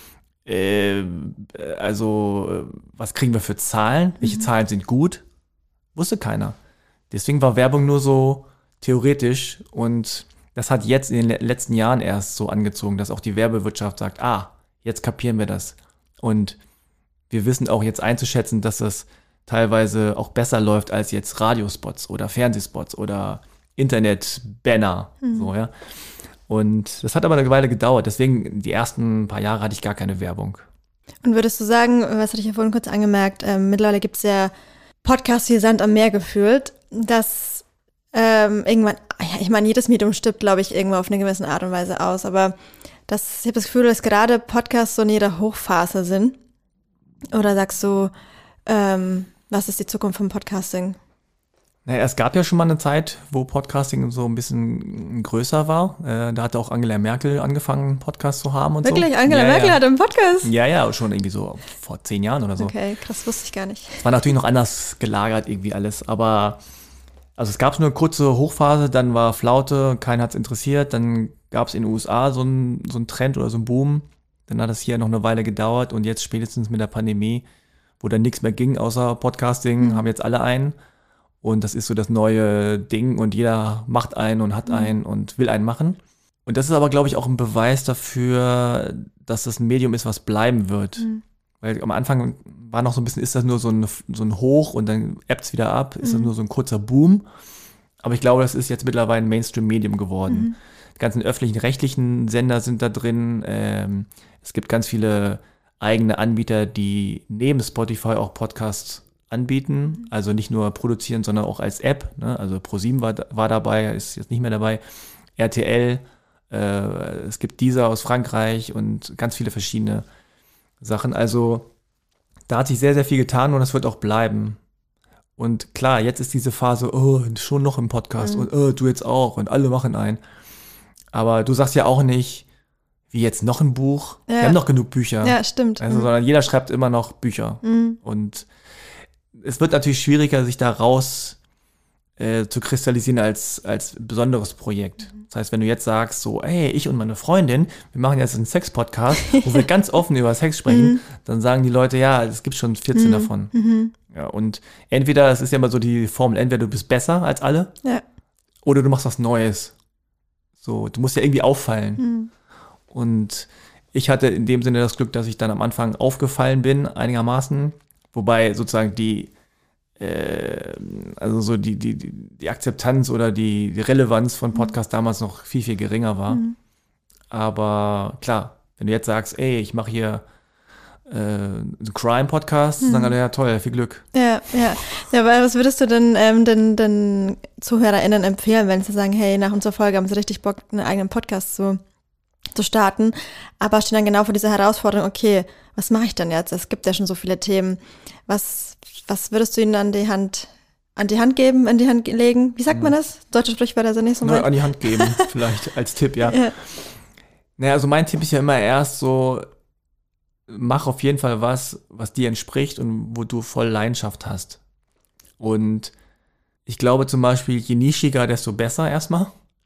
äh, also was kriegen wir für Zahlen, welche mhm. Zahlen sind gut, wusste keiner. Deswegen war Werbung nur so theoretisch und das hat jetzt in den letzten Jahren erst so angezogen, dass auch die Werbewirtschaft sagt, ah, jetzt kapieren wir das. Und wir wissen auch jetzt einzuschätzen, dass das teilweise auch besser läuft als jetzt Radiospots oder Fernsehspots oder Internetbanner. Mhm. So, ja. Und das hat aber eine Weile gedauert. Deswegen die ersten paar Jahre hatte ich gar keine Werbung. Und würdest du sagen, was hatte ich ja vorhin kurz angemerkt, ähm, mittlerweile gibt es ja Podcasts wie Sand am Meer gefühlt, dass ähm, irgendwann, ja, ich meine, jedes Medium stirbt, glaube ich, irgendwo auf eine gewisse Art und Weise aus, aber das, ich habe das Gefühl, dass gerade Podcasts so in jeder Hochphase sind. Oder sagst du, ähm, was ist die Zukunft vom Podcasting? Naja, es gab ja schon mal eine Zeit, wo Podcasting so ein bisschen größer war. Äh, da hatte auch Angela Merkel angefangen, einen Podcast zu haben und Wirklich? So. Wirklich? Angela ja, Merkel ja. hat einen Podcast? Ja, ja, schon irgendwie so vor zehn Jahren oder so. Okay, krass, wusste ich gar nicht. Es war natürlich noch anders gelagert irgendwie alles, aber also es gab so eine kurze Hochphase, dann war Flaute, keiner hat es interessiert, dann gab es in den U S A so einen so einen Trend oder so einen Boom, dann hat es hier noch eine Weile gedauert und jetzt spätestens mit der Pandemie, wo dann nichts mehr ging außer Podcasting, mhm. haben jetzt alle einen. Und das ist so das neue Ding und jeder macht einen und hat einen und will einen machen. Und das ist aber, glaube ich, auch ein Beweis dafür, dass das ein Medium ist, was bleiben wird. Mhm. Weil am Anfang war noch so ein bisschen, ist das nur so ein, so ein Hoch und dann ebbt es wieder ab, ist mhm. das nur so ein kurzer Boom. Aber ich glaube, das ist jetzt mittlerweile ein Mainstream-Medium geworden. Mhm. Die ganzen öffentlichen, rechtlichen Sender sind da drin. Ähm, es gibt ganz viele eigene Anbieter, die neben Spotify auch Podcasts anbieten, also nicht nur produzieren, sondern auch als App, ne? Also ProSieben war, war dabei, ist jetzt nicht mehr dabei, R T L, äh, es gibt Deezer aus Frankreich und ganz viele verschiedene Sachen, also da hat sich sehr, sehr viel getan und das wird auch bleiben. Und klar, jetzt ist diese Phase, oh, schon noch im Podcast mhm. und oh, du jetzt auch und alle machen einen, aber du sagst ja auch nicht, wie jetzt noch ein Buch, ja. Wir haben noch genug Bücher. Ja, stimmt. Also, mhm. sondern jeder schreibt immer noch Bücher mhm. und es wird natürlich schwieriger, sich da raus äh, zu kristallisieren als, als besonderes Projekt. Das heißt, wenn du jetzt sagst, so, ey, ich und meine Freundin, wir machen jetzt einen Sex-Podcast, wo wir ganz offen über Sex sprechen, mhm. dann sagen die Leute, ja, es gibt schon vierzehn mhm. davon. Mhm. Ja, und entweder, es ist ja immer so die Formel, entweder du bist besser als alle, ja. oder du machst was Neues. So, du musst ja irgendwie auffallen. Mhm. Und ich hatte in dem Sinne das Glück, dass ich dann am Anfang aufgefallen bin, einigermaßen. Wobei sozusagen die, äh, also so die, die, die Akzeptanz oder die, die Relevanz von Podcasts damals noch viel, viel geringer war. Mhm. Aber klar, wenn du jetzt sagst, ey, ich mache hier äh, einen Crime-Podcast, mhm. sagen alle, ja toll, viel Glück. Ja, ja. Ja, aber was würdest du denn ähm, den, den ZuhörerInnen empfehlen, wenn sie sagen, hey, nach unserer Folge haben sie richtig Bock, einen eigenen Podcast zu zu starten, aber stehen dann genau vor dieser Herausforderung, okay, was mache ich denn jetzt? Es gibt ja schon so viele Themen. Was, was würdest du ihnen an die Hand, an die Hand geben, in die Hand legen? Wie sagt man das? Deutsche Sprichwörter sind nicht so weit. An die Hand geben, vielleicht als Tipp, ja. ja. Naja, also mein Tipp ist ja immer erst so, mach auf jeden Fall was, was dir entspricht und wo du voll Leidenschaft hast. Und ich glaube zum Beispiel, je nischiger, desto besser erstmal.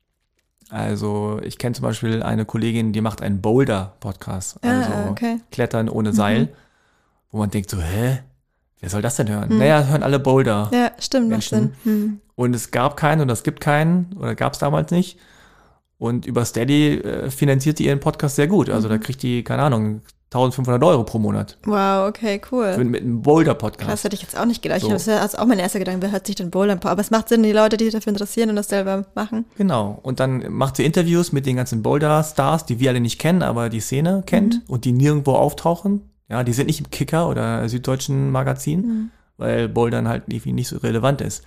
Also ich kenne zum Beispiel eine Kollegin, die macht einen Boulder-Podcast, also ah, okay. Klettern ohne Seil, mhm. wo man denkt so, hä, wer soll das denn hören? Mhm. Naja, hören alle Boulder. Ja, stimmt. Menschen. Mhm. Und es gab keinen und es gibt keinen oder gab es damals nicht. Und über Steady äh, finanziert die ihren Podcast sehr gut. Also mhm. da kriegt die, keine Ahnung, eintausendfünfhundert Euro pro Monat. Wow, okay, cool. Für, mit einem Boulder-Podcast. Das hätte ich jetzt auch nicht gedacht. So. Ich, das ist also auch mein erster Gedanke, wer hört sich denn Boulder an? Aber es macht Sinn, die Leute, die sich dafür interessieren und das selber machen. Genau. Und dann macht sie Interviews mit den ganzen Boulder-Stars, die wir alle nicht kennen, aber die Szene kennt mhm. und die nirgendwo auftauchen. Ja, die sind nicht im Kicker oder Süddeutschen Magazin, mhm. weil Bouldern halt irgendwie nicht so relevant ist.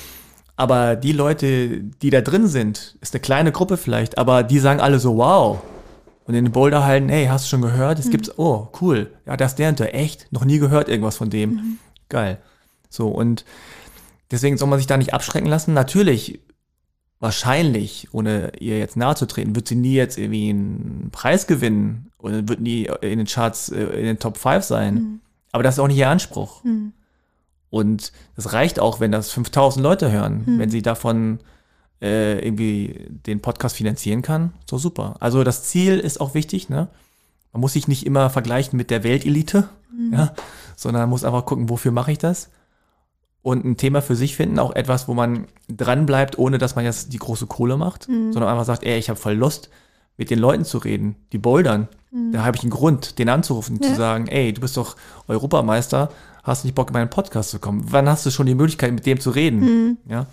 Aber die Leute, die da drin sind, ist eine kleine Gruppe vielleicht, aber die sagen alle so, wow. Und in den Boulderhallen, hey, hast du schon gehört? Es mhm. gibt's, oh, cool. Ja, das ist der und der, echt? Noch nie gehört irgendwas von dem. Mhm. Geil. So, und deswegen soll man sich da nicht abschrecken lassen. Natürlich, wahrscheinlich, ohne ihr jetzt nahe zu treten, wird sie nie jetzt irgendwie einen Preis gewinnen oder wird nie in den Charts, in den Top fünf sein. Mhm. Aber das ist auch nicht ihr Anspruch. Mhm. Und das reicht auch, wenn das fünftausend Leute hören, mhm. wenn sie davon äh, irgendwie den Podcast finanzieren kann, so super. Also das Ziel ist auch wichtig, ne? Man muss sich nicht immer vergleichen mit der Weltelite, mhm. ja, sondern man muss einfach gucken, wofür mache ich das? Und ein Thema für sich finden, auch etwas, wo man dran bleibt, ohne dass man jetzt die große Kohle macht, mhm. sondern einfach sagt, ey, ich habe voll Lust, mit den Leuten zu reden, die bouldern. Mhm. Da habe ich einen Grund, den anzurufen, ja. zu sagen, ey, du bist doch Europameister, hast nicht Bock, in meinen Podcast zu kommen? Wann hast du schon die Möglichkeit, mit dem zu reden? Mhm. Ja.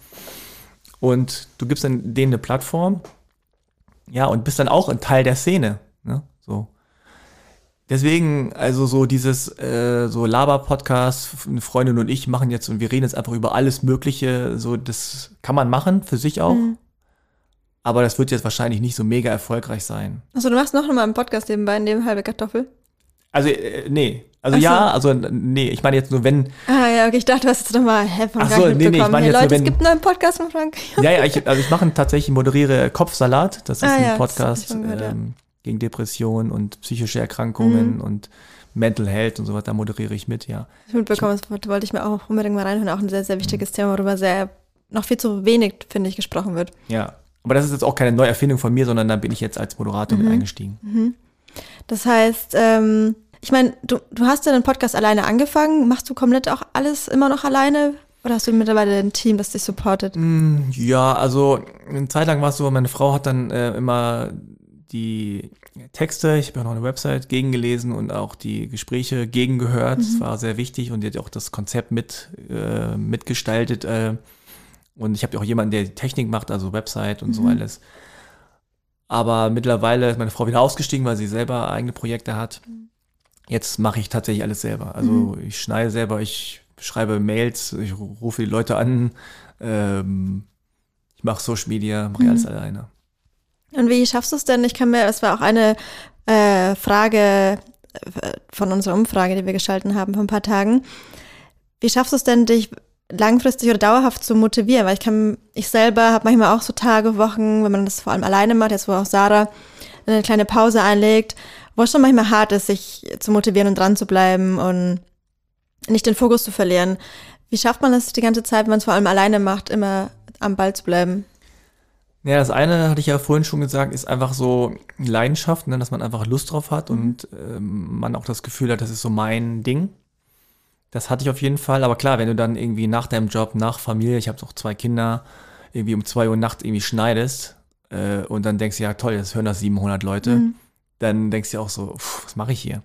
Und du gibst dann denen eine Plattform, ja, und bist dann auch ein Teil der Szene, ne? So. Deswegen, also so dieses, äh, so Laber-Podcast, eine Freundin und ich machen jetzt und wir reden jetzt einfach über alles Mögliche, so, das kann man machen, für sich auch. Mhm. Aber das wird jetzt wahrscheinlich nicht so mega erfolgreich sein. Achso, du machst noch mal einen Podcast nebenbei, neben Halbe Kartoffel? Also, äh, nee. Also Ach ja, so. also nee, ich meine jetzt nur, wenn... Ah ja, okay, ich dachte, du hast jetzt nochmal hä, von Ach Frank so, nee, nee, ich mitbekommen. meine Hey jetzt Leute, nur, wenn... es gibt einen neuen Podcast von Frank. Ja, ja, ich, also ich mache tatsächlich, moderiere Kopfsalat. Das ist Ah ein ja, Podcast das hab ich schon gehört, ähm, gegen Depressionen und psychische Erkrankungen Mhm. und Mental Health und so was, da moderiere ich mit, ja. Ich mitbekommen, das wollte wollte ich mir auch unbedingt mal reinhören. Auch ein sehr, sehr wichtiges Thema, worüber sehr noch viel zu wenig, finde ich, gesprochen wird. Ja, aber das ist jetzt auch keine Neuerfindung von mir, sondern da bin ich jetzt als Moderator Mhm. mit eingestiegen. Mhm. Das heißt, ähm, ich meine, du, du hast ja den Podcast alleine angefangen. Machst du komplett auch alles immer noch alleine? Oder hast du mittlerweile ein Team, das dich supportet? Mm, Ja, also eine Zeit lang war es so, meine Frau hat dann äh, immer die Texte, ich habe ja noch eine Website, gegengelesen und auch die Gespräche gegengehört. Das war sehr wichtig und die hat auch das Konzept mit äh, mitgestaltet. Äh, und ich habe ja auch jemanden, der die Technik macht, also Website und Mhm. so alles. Aber mittlerweile ist meine Frau wieder ausgestiegen, weil sie selber eigene Projekte hat. Jetzt mache ich tatsächlich alles selber. Also Mhm. ich schneide selber, ich schreibe Mails, ich rufe die Leute an, ähm, ich mache Social Media, mache ich alles alleine. Und wie schaffst du es denn? Ich kann mir, das war auch eine äh, Frage äh, von unserer Umfrage, die wir gestalten haben vor ein paar Tagen. Wie schaffst du es denn, dich langfristig oder dauerhaft zu motivieren? Weil ich kann, ich selber habe manchmal auch so Tage, Wochen, wenn man das vor allem alleine macht, jetzt wo auch Sarah eine kleine Pause einlegt, wo es schon manchmal hart ist, sich zu motivieren und dran zu bleiben und nicht den Fokus zu verlieren. Wie schafft man das die ganze Zeit, wenn man es vor allem alleine macht, immer am Ball zu bleiben? Ja, das eine, hatte ich ja vorhin schon gesagt, ist einfach so Leidenschaft, ne, dass man einfach Lust drauf hat und ähm, man auch das Gefühl hat, das ist so mein Ding. Das hatte ich auf jeden Fall. Aber klar, wenn du dann irgendwie nach deinem Job, nach Familie, ich habe auch zwei Kinder, irgendwie um zwei Uhr nachts irgendwie schneidest äh, und dann denkst du, ja toll, jetzt hören das siebenhundert Leute, Mhm. dann denkst du auch so, pff, was mache ich hier?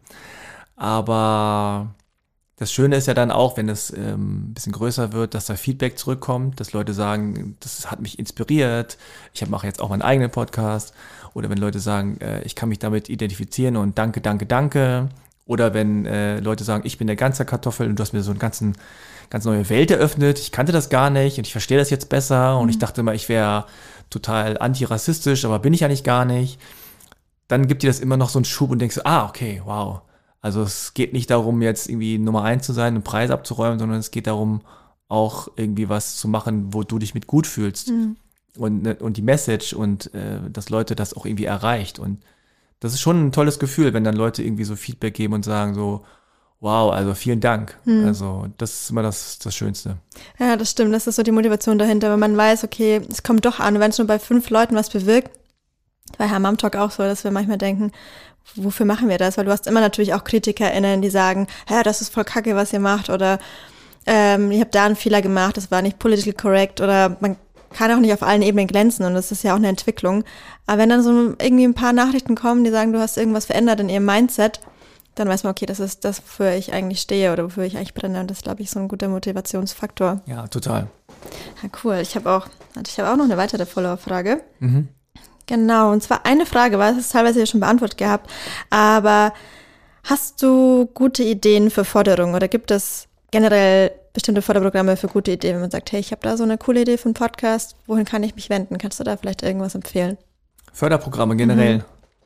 Aber das Schöne ist ja dann auch, wenn es ähm, ein bisschen größer wird, dass da Feedback zurückkommt, dass Leute sagen, das hat mich inspiriert, ich hab- mache jetzt auch meinen eigenen Podcast. Oder wenn Leute sagen, äh, ich kann mich damit identifizieren und danke, danke, danke. Oder wenn äh, Leute sagen, ich bin der ganze Kartoffel und du hast mir so eine ganzen, ganz neue Welt eröffnet, ich kannte das gar nicht und ich verstehe das jetzt besser und ich dachte immer, ich wäre total antirassistisch, aber bin ich eigentlich gar nicht. Dann gibt dir das immer noch so einen Schub und denkst so, ah, okay, wow. Also es geht nicht darum, jetzt irgendwie Nummer eins zu sein, einen Preis abzuräumen, sondern es geht darum, auch irgendwie was zu machen, wo du dich mit gut fühlst. Mhm. Und, ne- und die Message und äh, dass Leute das auch irgendwie erreicht. Und das ist schon ein tolles Gefühl, wenn dann Leute irgendwie so Feedback geben und sagen so, wow, also vielen Dank. Mhm. Also das ist immer das, das Schönste. Ja, das stimmt. Das ist so die Motivation dahinter, wenn man weiß, okay, es kommt doch an. Wenn es nur bei fünf Leuten was bewirkt, bei Herr Mom Talk auch so, dass wir manchmal denken, wofür machen wir das? Weil du hast immer natürlich auch KritikerInnen, die sagen, ja, das ist voll kacke, was ihr macht, oder ähm, ihr habt da einen Fehler gemacht, das war nicht political correct, oder man kann auch nicht auf allen Ebenen glänzen und das ist ja auch eine Entwicklung. Aber wenn dann so irgendwie ein paar Nachrichten kommen, die sagen, du hast irgendwas verändert in ihrem Mindset, dann weiß man, okay, das ist das, wofür ich eigentlich stehe oder wofür ich eigentlich brenne. Und das ist, glaube ich, so ein guter Motivationsfaktor. Ja, total. Ja, cool. Ich habe auch, ich habe auch noch eine weitere Follower-Frage. Mhm. Genau, und zwar eine Frage, weil es ist teilweise ja schon beantwortet gehabt, aber hast du gute Ideen für Förderung oder gibt es generell bestimmte Förderprogramme für gute Ideen, wenn man sagt, hey, ich habe da so eine coole Idee für einen Podcast, wohin kann ich mich wenden? Kannst du da vielleicht irgendwas empfehlen? Förderprogramme generell. Mhm.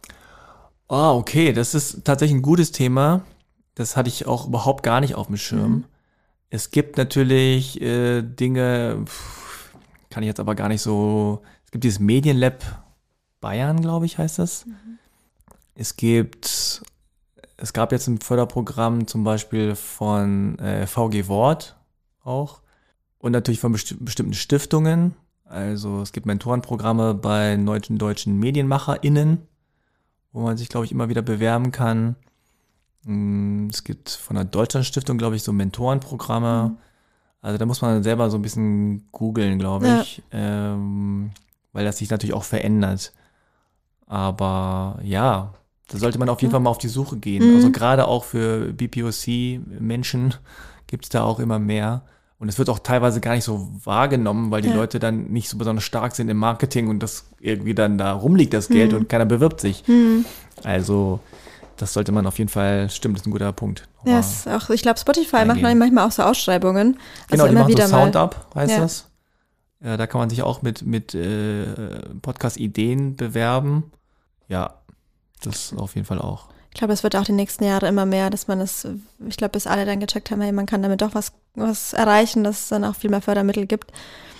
Oh, okay, das ist tatsächlich ein gutes Thema. Das hatte ich auch überhaupt gar nicht auf dem Schirm. Mhm. Es gibt natürlich äh, Dinge, pff, kann ich jetzt aber gar nicht so, es gibt dieses Medienlab Bayern, glaube ich, heißt das. Mhm. Es gibt, es gab jetzt ein Förderprogramm zum Beispiel von äh, V G Wort auch und natürlich von besti- bestimmten Stiftungen. Also es gibt Mentorenprogramme bei deutschen, deutschen MedienmacherInnen, wo man sich, glaube ich, immer wieder bewerben kann. Es gibt von der Deutschlandstiftung, glaube ich, so Mentorenprogramme. Mhm. Also da muss man selber so ein bisschen googeln, glaube ich, ja. ähm, weil das sich natürlich auch verändert. Aber ja, da sollte man auf jeden Fall mal auf die Suche gehen. Mhm. Also gerade auch für B P O C-Menschen gibt es da auch immer mehr. Und es wird auch teilweise gar nicht so wahrgenommen, weil die ja. Leute dann nicht so besonders stark sind im Marketing und das irgendwie dann da rumliegt, das Geld, mhm. und keiner bewirbt sich. Mhm. Also das sollte man auf jeden Fall, stimmt, das ist ein guter Punkt. Ja, ist auch, ich glaube, Spotify eingehen. macht manchmal auch so Ausschreibungen. Genau, also die immer machen wieder so Sound-Up, heißt ja. das. Ja, da kann man sich auch mit, mit äh, Podcast-Ideen bewerben. Ja, das auf jeden Fall auch. Ich glaube, es wird auch die nächsten Jahre immer mehr, dass man es, ich glaube, bis alle dann gecheckt haben, hey, man kann damit doch was, was erreichen, dass es dann auch viel mehr Fördermittel gibt.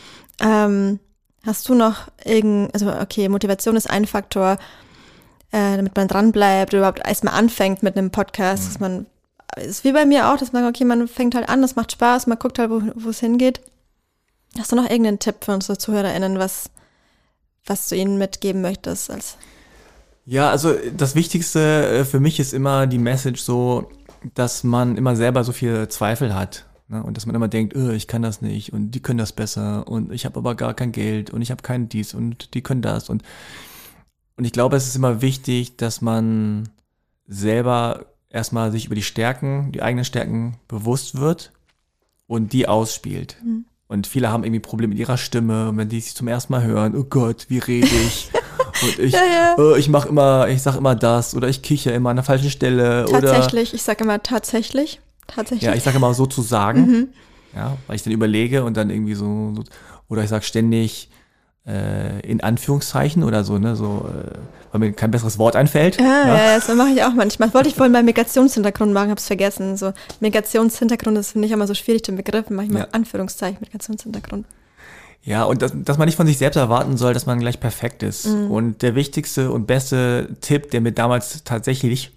Ähm, hast du noch irgend, also okay, Motivation ist ein Faktor, äh, damit man dranbleibt oder überhaupt erstmal anfängt mit einem Podcast, mhm. dass man, ist wie bei mir auch, dass man, okay, man fängt halt an, das macht Spaß, man guckt halt, wo, wo es hingeht. Hast du noch irgendeinen Tipp für unsere ZuhörerInnen, was, was du ihnen mitgeben möchtest als Ja, also das Wichtigste für mich ist immer die Message so, dass man immer selber so viel Zweifel hat, ne? Und dass man immer denkt, oh, ich kann das nicht und die können das besser und ich habe aber gar kein Geld und ich habe kein dies und die können das. Und, und ich glaube, es ist immer wichtig, dass man selber erstmal sich über die Stärken, die eigenen Stärken bewusst wird und die ausspielt. Mhm. Und viele haben irgendwie Probleme mit ihrer Stimme, wenn die sich zum ersten Mal hören, oh Gott, wie rede ich? Und ich, ja, ja. Oh, ich mach immer, ich sag immer das oder ich kicher immer an der falschen Stelle. Tatsächlich, oder, ich sag immer tatsächlich. Tatsächlich. Ja, ich sag immer sozusagen, mhm. ja, weil ich dann überlege und dann irgendwie so, so oder ich sag ständig äh, in Anführungszeichen oder so, ne, so, äh, weil mir kein besseres Wort einfällt. Ja, ja. ja, das mache ich auch manchmal. Das wollte ich vorhin beim Migrationshintergrund machen, hab's vergessen. So Migrationshintergrund, das finde ich immer so schwierig, den Begriff, mache ich mal ja. Anführungszeichen, Migrationshintergrund. Ja, und das, dass man nicht von sich selbst erwarten soll, dass man gleich perfekt ist. Mhm. Und der wichtigste und beste Tipp, der mir damals tatsächlich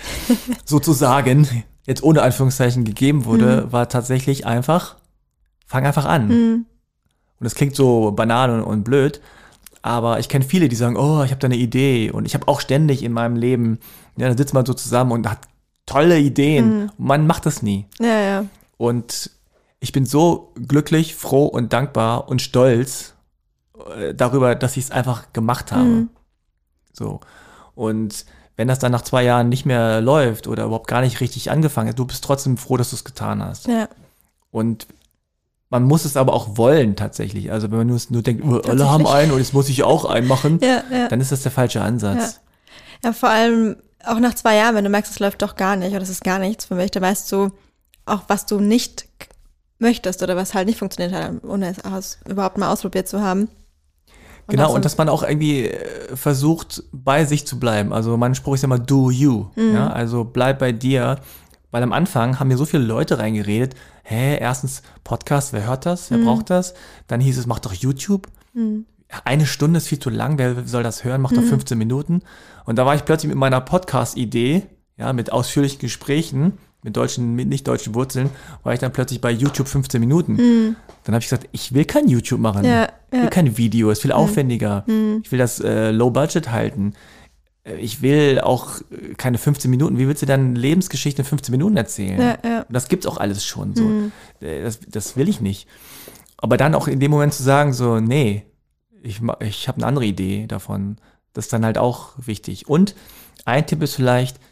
sozusagen jetzt ohne Anführungszeichen gegeben wurde, mhm. war tatsächlich einfach, fang einfach an. Mhm. Und das klingt so banal und, und blöd, aber ich kenne viele, die sagen, oh, ich habe da eine Idee. Und ich habe auch ständig in meinem Leben, ja, da sitzt man so zusammen und hat tolle Ideen. Mhm. Man macht das nie. Ja, ja. Und ich bin so glücklich, froh und dankbar und stolz äh, darüber, dass ich es einfach gemacht habe. Mhm. So. Und wenn das dann nach zwei Jahren nicht mehr läuft oder überhaupt gar nicht richtig angefangen hat, du bist trotzdem froh, dass du es getan hast. Ja. Und man muss es aber auch wollen tatsächlich. Also wenn man nur, nur denkt, oh, alle haben einen und jetzt muss ich auch einen machen, ja, ja. dann ist das der falsche Ansatz. Ja. ja, vor allem auch nach zwei Jahren, wenn du merkst, es läuft doch gar nicht oder es ist gar nichts für mich, dann weißt du auch, was du nicht möchtest oder was halt nicht funktioniert hat, ohne es aus, überhaupt mal ausprobiert zu haben. Und genau, so und dass man auch irgendwie äh, versucht, bei sich zu bleiben. Also mein Spruch ist ja immer, do you. Mhm. Ja? Also bleib bei dir. Weil am Anfang haben mir so viele Leute reingeredet, hä, erstens Podcast, wer hört das, wer mhm. braucht das? Dann hieß es, mach doch YouTube. Mhm. Eine Stunde ist viel zu lang, wer soll das hören, mach doch mhm. fünfzehn Minuten. Und da war ich plötzlich mit meiner Podcast-Idee, ja, mit ausführlichen Gesprächen, mit deutschen, mit nicht deutschen Wurzeln, war ich dann plötzlich bei YouTube fünfzehn Minuten. Mhm. Dann habe ich gesagt, ich will kein YouTube machen. Ja, ich will ja. kein Video, es ist viel mhm. aufwendiger. Mhm. Ich will das äh, Low Budget halten. Ich will auch keine fünfzehn Minuten. Wie willst du dann Lebensgeschichte in fünfzehn Minuten erzählen? Ja, ja. Und das gibt's auch alles schon. So. Mhm. Das, das will ich nicht. Aber dann auch in dem Moment zu sagen, so, nee, ich, ich habe eine andere Idee davon. Das ist dann halt auch wichtig. Und ein Tipp ist vielleicht,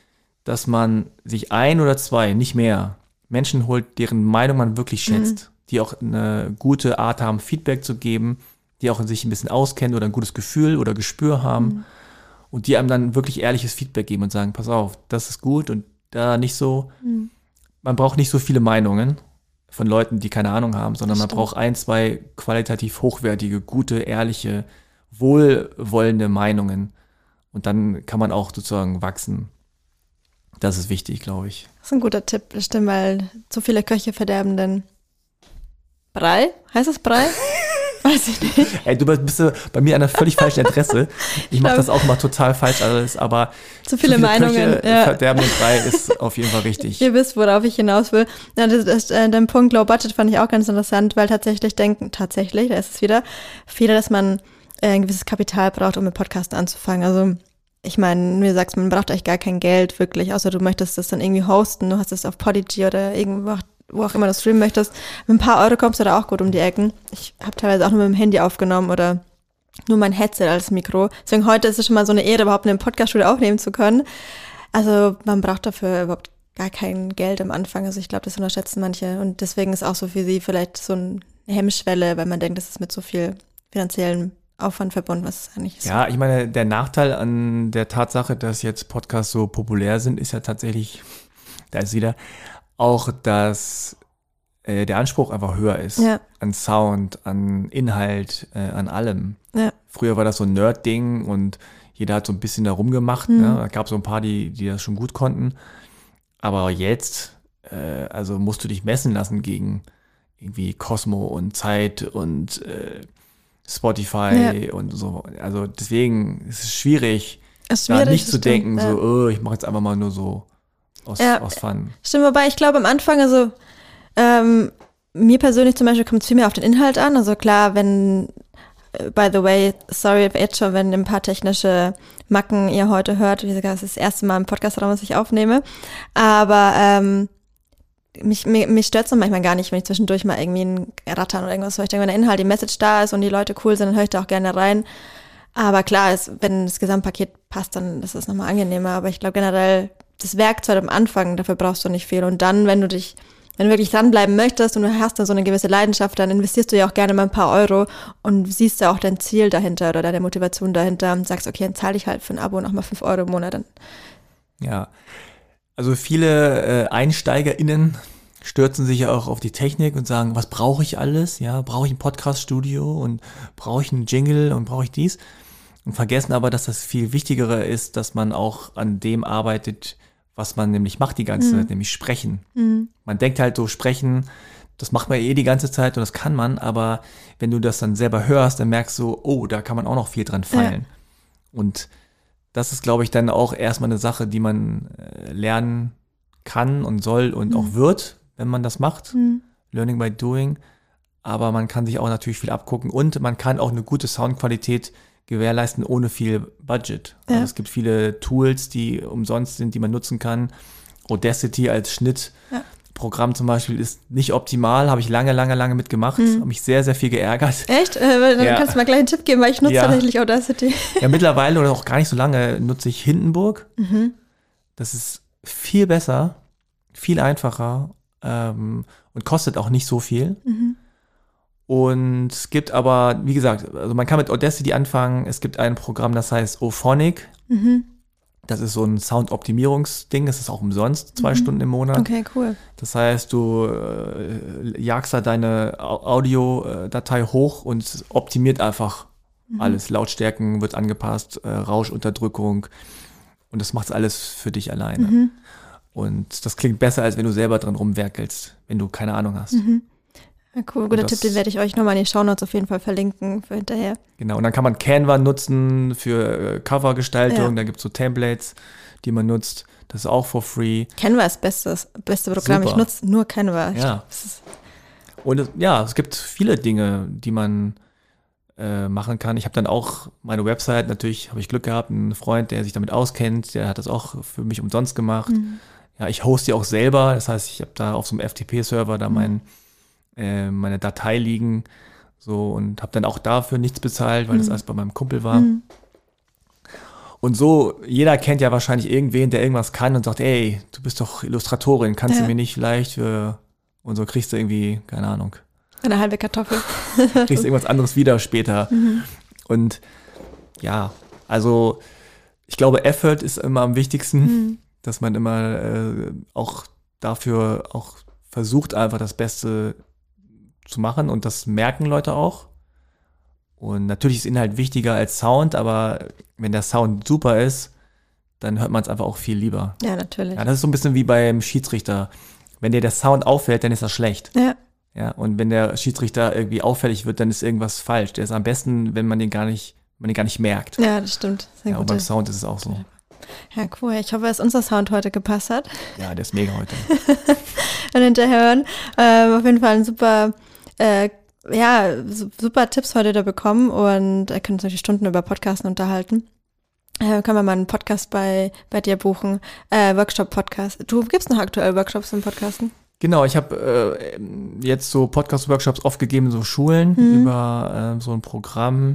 dass man sich ein oder zwei, nicht mehr, Menschen holt, deren Meinung man wirklich schätzt, mhm. die auch eine gute Art haben, Feedback zu geben, die auch sich ein bisschen auskennen oder ein gutes Gefühl oder Gespür haben mhm. und die einem dann wirklich ehrliches Feedback geben und sagen, pass auf, das ist gut und da nicht so. Mhm. Man braucht nicht so viele Meinungen von Leuten, die keine Ahnung haben, sondern man braucht ein, zwei qualitativ hochwertige, gute, ehrliche, wohlwollende Meinungen. Und dann kann man auch sozusagen wachsen. Das ist wichtig, glaube ich. Das ist ein guter Tipp, bestimmt, weil zu viele Köche verderben den Brei. Heißt das Brei? Weiß ich nicht. Ey, du bist bei mir an einer völlig falschen Adresse. Ich mache das auch mal total falsch alles, aber zu viele, zu viele Meinungen Köche ja. verderben den Brei ist auf jeden Fall richtig. Ihr wisst, worauf ich hinaus will. Ja, das, das, äh, den Punkt Low Budget fand ich auch ganz interessant, weil tatsächlich denken, tatsächlich, da ist es wieder, viele, dass man äh, ein gewisses Kapital braucht, um mit Podcasten anzufangen. Also ich meine, wie du sagst, man braucht eigentlich gar kein Geld wirklich, außer du möchtest das dann irgendwie hosten, du hast es auf Podigy oder irgendwo, wo auch immer du streamen möchtest. Mit ein paar Euro kommst du da auch gut um die Ecken. Ich habe teilweise auch nur mit dem Handy aufgenommen oder nur mein Headset als Mikro. Deswegen heute ist es schon mal so eine Ehre, überhaupt in einem Podcast-Studio aufnehmen zu können. Also man braucht dafür überhaupt gar kein Geld am Anfang. Also ich glaube, das unterschätzen manche. Und deswegen ist auch so für sie vielleicht so eine Hemmschwelle, weil man denkt, das ist mit so viel finanziellen Aufwand verbunden, was es eigentlich ist. Ja, ich meine, der Nachteil an der Tatsache, dass jetzt Podcasts so populär sind, ist ja tatsächlich, da ist wieder, auch, dass äh, der Anspruch einfach höher ist. Ja. An Sound, an Inhalt, äh, an allem. Ja. Früher war das so ein Nerd-Ding und jeder hat so ein bisschen da rumgemacht. Mhm. Ne? Da gab es so ein paar, die, die das schon gut konnten. Aber jetzt, äh, also musst du dich messen lassen gegen irgendwie Cosmo und Zeit und äh, Spotify ja. und so. Also deswegen ist es schwierig, es ist schwierig da nicht zu denken, ja. so, oh, ich mache jetzt einfach mal nur so aus, ja. aus Fun. Stimmt, wobei ich glaube am Anfang, also ähm, mir persönlich zum Beispiel kommt es viel mehr auf den Inhalt an. Also klar, wenn, by the way, sorry jetzt schon, wenn ein paar technische Macken ihr heute hört, wie gesagt, das ist das erste Mal im Podcast-Raum, was ich aufnehme. Aber ähm, Mich, mich, mich stört es manchmal gar nicht, wenn ich zwischendurch mal irgendwie ein Rattern oder irgendwas höre. Ich denke, wenn der Inhalt, die Message da ist und die Leute cool sind, dann höre ich da auch gerne rein. Aber klar, es, wenn das Gesamtpaket passt, dann ist es nochmal angenehmer. Aber ich glaube generell, das Werkzeug am Anfang, dafür brauchst du nicht viel. Und dann, wenn du dich, wenn du wirklich dranbleiben möchtest und du hast da so eine gewisse Leidenschaft, dann investierst du ja auch gerne mal ein paar Euro und siehst ja auch dein Ziel dahinter oder deine Motivation dahinter und sagst, okay, dann zahle ich halt für ein Abo nochmal fünf Euro im Monat. Dann. Ja, also viele äh, EinsteigerInnen stürzen sich ja auch auf die Technik und sagen, was brauche ich alles? Ja, brauche ich ein Podcast-Studio und brauche ich einen Jingle und brauche ich dies? Und vergessen aber, dass das viel Wichtigere ist, dass man auch an dem arbeitet, was man nämlich macht die ganze mhm. Zeit, nämlich sprechen. Mhm. Man denkt halt so, sprechen, das macht man eh die ganze Zeit und das kann man, aber wenn du das dann selber hörst, dann merkst du, oh, da kann man auch noch viel dran feilen. Ja. Und das ist, glaube ich, dann auch erstmal eine Sache, die man äh, lernen kann und soll und mhm. auch wird, wenn man das macht. Mhm. Learning by doing. Aber man kann sich auch natürlich viel abgucken und man kann auch eine gute Soundqualität gewährleisten ohne viel Budget. Ja. Also es gibt viele Tools, die umsonst sind, die man nutzen kann. Audacity als Schnittprogramm ja. zum Beispiel ist nicht optimal, habe ich lange, lange, lange mitgemacht, mhm. habe mich sehr, sehr viel geärgert. Echt? Äh, dann ja. kannst du mal gleich einen Tipp geben, weil ich nutze ja. tatsächlich Audacity. Ja, mittlerweile oder auch gar nicht so lange nutze ich Hindenburg. Mhm. Das ist viel besser, viel einfacher ähm, und kostet auch nicht so viel. Mhm. Und es gibt aber, wie gesagt, also man kann mit Audacity anfangen. Es gibt ein Programm, das heißt Ophonic. Mhm. Das ist so ein Soundoptimierungsding. Das ist auch umsonst, zwei mhm. Stunden im Monat. Okay, cool. Das heißt, du äh, jagst da deine Audiodatei hoch und es optimiert einfach mhm. alles. Lautstärken wird angepasst, äh, Rauschunterdrückung. Und das macht alles für dich alleine. Mhm. Und das klingt besser, als wenn du selber dran rumwerkelst, wenn du keine Ahnung hast. Mhm. Ja, cool, guter Tipp, den werde ich euch nochmal in die Shownotes auf jeden Fall verlinken für hinterher. Genau, und dann kann man Canva nutzen für äh, Covergestaltung, ja. Da gibt es so Templates, die man nutzt, das ist auch for free. Canva ist bestes, beste Programm, Super. Ich nutze nur Canva. Ja. Und es, ja, es gibt viele Dinge, die man äh, machen kann. Ich habe dann auch meine Website, natürlich habe ich Glück gehabt, einen Freund, der sich damit auskennt, der hat das auch für mich umsonst gemacht. Mhm. Ja, ich hoste die auch selber, das heißt, ich habe da auf so einem F T P-Server da mhm. meinen meine Datei liegen so und habe dann auch dafür nichts bezahlt, weil mhm. das alles bei meinem Kumpel war. Mhm. Und so, jeder kennt ja wahrscheinlich irgendwen, der irgendwas kann und sagt, ey, du bist doch Illustratorin, kannst Ja. du mir nicht vielleicht für, und so kriegst du irgendwie, keine Ahnung, Eine halbe Kartoffel. kriegst irgendwas anderes wieder später. Mhm. Und ja, also ich glaube, Effort ist immer am wichtigsten, Mhm. dass man immer äh, auch dafür auch versucht, einfach das Beste zu machen und das merken Leute auch. Und natürlich ist Inhalt wichtiger als Sound, aber wenn der Sound super ist, dann hört man es einfach auch viel lieber. Ja, natürlich. Ja, das ist so ein bisschen wie beim Schiedsrichter. Wenn dir der Sound auffällt, dann ist das schlecht. Ja, Ja, und wenn der Schiedsrichter irgendwie auffällig wird, dann ist irgendwas falsch. Der ist am besten, wenn man den gar nicht, wenn man den gar nicht merkt. ja, das stimmt. Sehr Ja, und gut. beim Sound ist es auch so. Ja, cool. Ich hoffe, dass unser Sound heute gepasst hat. Ja, der ist mega heute. Und hinterher hören. Ähm, auf jeden Fall ein super, äh, ja, su- super Tipps heute da bekommen und er können uns natürlich Stunden über Podcasten unterhalten. Äh, können wir mal einen Podcast bei, bei dir buchen, äh, Workshop-Podcast. Du gibst noch aktuell Workshops zum Podcasten? Genau, ich habe äh, jetzt so Podcast-Workshops oft gegeben, so Schulen Mhm. über äh, so ein Programm.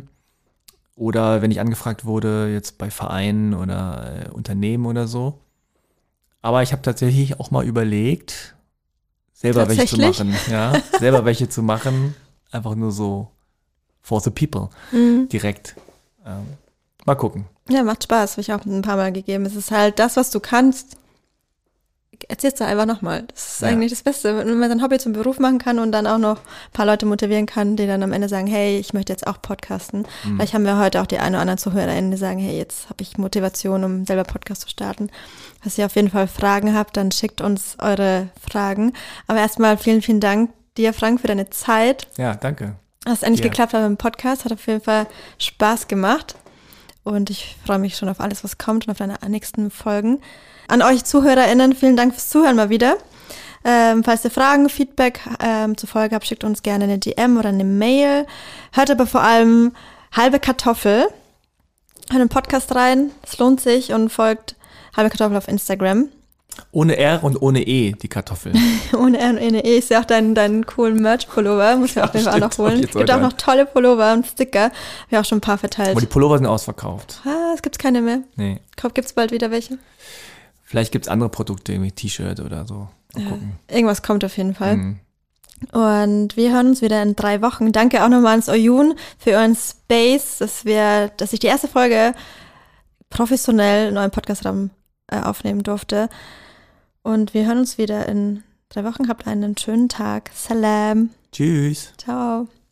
Oder wenn ich angefragt wurde, jetzt bei Vereinen oder äh, Unternehmen oder so. Aber ich habe tatsächlich auch mal überlegt, selber welche zu Tatsächlich? machen. Ja, selber welche zu machen. Einfach nur so for the people, Mhm. direkt. Ähm, mal gucken. Ja, macht Spaß, habe ich auch ein paar Mal gegeben. Es ist halt das, was du kannst, erzählst du einfach nochmal. Das ist Ja. eigentlich das Beste, wenn man sein Hobby zum Beruf machen kann und dann auch noch ein paar Leute motivieren kann, die dann am Ende sagen, hey, ich möchte jetzt auch podcasten. Mhm. Vielleicht haben wir heute auch die ein oder anderen ZuhörerInnen, die sagen, hey, jetzt habe ich Motivation, um selber Podcast zu starten. Falls ihr auf jeden Fall Fragen habt, dann schickt uns eure Fragen. Aber erstmal vielen, vielen Dank dir, Frank, für deine Zeit. Ja, danke. Dass es endlich Ja. geklappt hat mit dem Podcast. Hat auf jeden Fall Spaß gemacht. Und ich freue mich schon auf alles, was kommt und auf deine nächsten Folgen. An euch ZuhörerInnen, vielen Dank fürs Zuhören mal wieder. Ähm, falls ihr Fragen, Feedback ähm, zur Folge habt, schickt uns gerne eine D M oder eine Mail. Hört aber vor allem Halbe Kartoffel. Hört in den Podcast rein, es lohnt sich und folgt Halbe Kartoffel auf Instagram. Ohne R und ohne E, die Kartoffel. Ohne R und ohne E. Ich sehe auch deinen, deinen coolen Merch-Pullover. Muss ich auf jeden Fall auch noch stimmt, hab holen. ich Es jetzt gibt heute auch noch an. tolle Pullover und Sticker. Habe ich auch schon ein paar verteilt. Aber die Pullover sind ausverkauft. Ah, es gibt keine mehr. Nee. Ich glaube, gibt es bald wieder welche. Vielleicht gibt's andere Produkte, irgendwie T-Shirt oder so. Mal gucken. Irgendwas kommt auf jeden Fall. Mhm. Und wir hören uns wieder in drei Wochen. Danke auch nochmal ans Oyun für euren Space, dass wir, dass ich die erste Folge professionell in eurem Podcastraum äh, aufnehmen durfte. Und wir hören uns wieder in drei Wochen. Habt einen schönen Tag. Salam. Tschüss. Ciao.